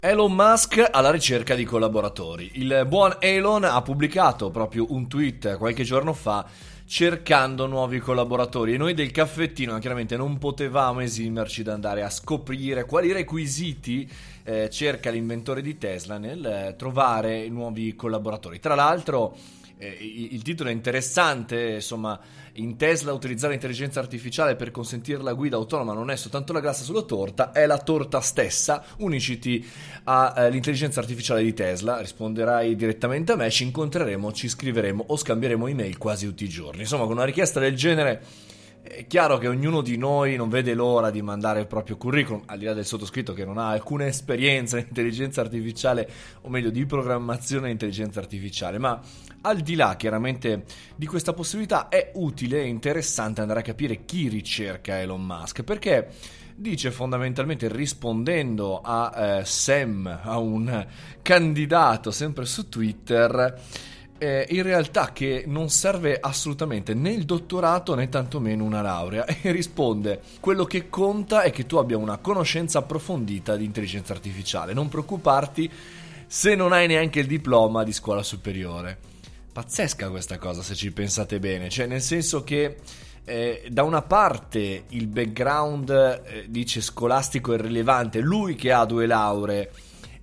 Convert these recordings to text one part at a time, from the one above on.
Elon Musk alla ricerca di collaboratori. Il buon Elon ha pubblicato proprio un tweet qualche giorno fa cercando nuovi collaboratori e noi del caffettino chiaramente non potevamo esimerci da andare a scoprire quali requisiti cerca l'inventore di Tesla nel trovare nuovi collaboratori. Tra l'altro il titolo è interessante, insomma, in Tesla utilizzare l'intelligenza artificiale per consentire la guida autonoma non è soltanto la glassa sulla torta, è la torta stessa. Unisciti all'intelligenza artificiale di Tesla, risponderai direttamente a me, ci incontreremo, ci scriveremo o scambieremo email quasi tutti i giorni. Insomma, con una richiesta del genere è chiaro che ognuno di noi non vede l'ora di mandare il proprio curriculum, al di là del sottoscritto che non ha alcuna esperienza in intelligenza artificiale, o meglio di programmazione in intelligenza artificiale, ma al di là chiaramente di questa possibilità è utile e interessante andare a capire chi ricerca Elon Musk, perché dice fondamentalmente, rispondendo a Sam, a un candidato sempre su Twitter, in realtà che non serve assolutamente né il dottorato né tantomeno una laurea, e risponde: quello che conta è che tu abbia una conoscenza approfondita di intelligenza artificiale, non preoccuparti se non hai neanche il diploma di scuola superiore. Pazzesca questa cosa, se ci pensate bene, cioè nel senso che da una parte il background dice scolastico è irrilevante, lui che ha 2 lauree,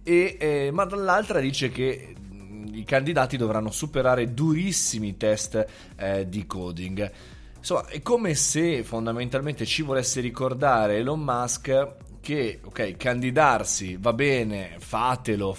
ma dall'altra dice che i candidati dovranno superare durissimi test di coding. Insomma, è come se fondamentalmente ci volesse ricordare Elon Musk che, ok, candidarsi va bene, fatelo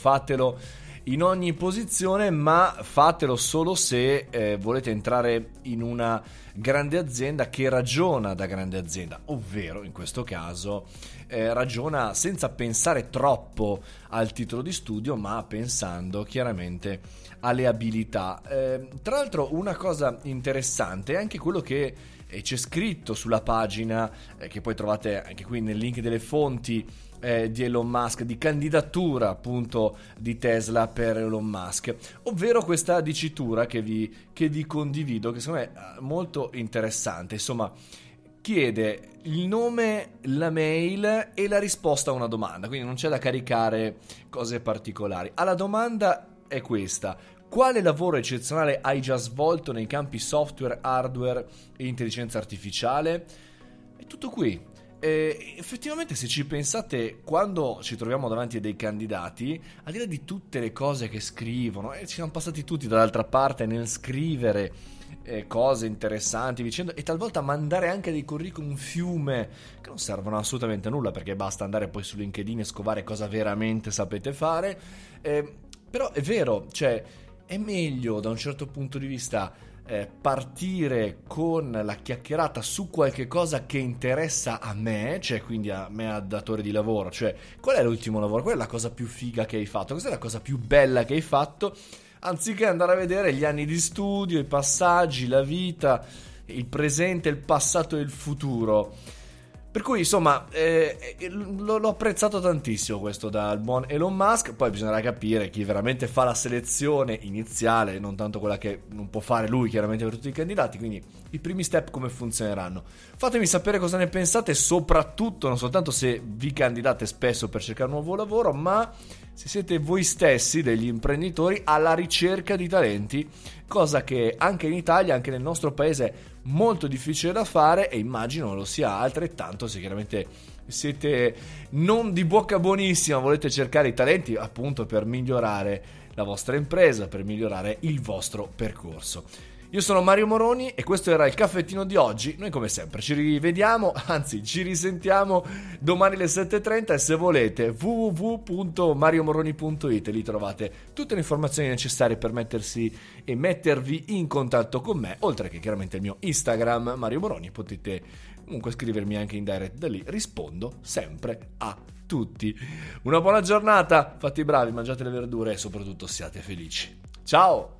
in ogni posizione, ma fatelo solo se volete entrare in una grande azienda che ragiona da grande azienda, ovvero in questo caso ragiona senza pensare troppo al titolo di studio, ma pensando chiaramente alle abilità. Tra l'altro, una cosa interessante è anche quello che c'è scritto sulla pagina, che poi trovate anche qui nel link delle fonti di Elon Musk, di candidatura appunto di Tesla per Elon Musk, ovvero questa dicitura che vi condivido, che secondo me è molto interessante. Insomma, chiede il nome, la mail e la risposta a una domanda, quindi non c'è da caricare cose particolari. Alla domanda è questa: quale lavoro eccezionale hai già svolto nei campi software, hardware e intelligenza artificiale? È tutto qui. Effettivamente, se ci pensate, quando ci troviamo davanti a dei candidati, al di là di tutte le cose che scrivono, ci siamo passati tutti dall'altra parte nel scrivere cose interessanti, dicendo, e talvolta mandare anche dei curriculum fiume che non servono assolutamente a nulla, perché basta andare poi su LinkedIn e scovare cosa veramente sapete fare. Però è vero, cioè è meglio da un certo punto di vista partire con la chiacchierata su qualche cosa che interessa a me, cioè quindi a me, datore di lavoro, cioè qual è l'ultimo lavoro, qual è la cosa più figa che hai fatto, cos'è la cosa più bella che hai fatto, anziché andare a vedere gli anni di studio, i passaggi, la vita, il presente, il passato e il futuro. Per cui insomma l'ho apprezzato tantissimo questo dal buon Elon Musk. Poi bisognerà capire chi veramente fa la selezione iniziale, non tanto quella che non può fare lui chiaramente per tutti i candidati, quindi i primi step come funzioneranno. Fatemi sapere cosa ne pensate, soprattutto non soltanto se vi candidate spesso per cercare un nuovo lavoro, ma se siete voi stessi degli imprenditori alla ricerca di talenti, cosa che anche in Italia, anche nel nostro paese, è molto difficile da fare, e immagino lo sia altrettanto se chiaramente siete non di bocca buonissima, volete cercare i talenti appunto per migliorare la vostra impresa, per migliorare il vostro percorso. Io sono Mario Moroni e questo era il caffettino di oggi. Noi come sempre ci rivediamo, anzi ci risentiamo domani alle 7:30, e se volete www.mariomoroni.it, lì trovate tutte le informazioni necessarie per mettervi in contatto con me, oltre che chiaramente il mio Instagram Mario Moroni. Potete comunque scrivermi anche in direct da lì, rispondo sempre a tutti. Una buona giornata, fate i bravi, mangiate le verdure e soprattutto siate felici. Ciao!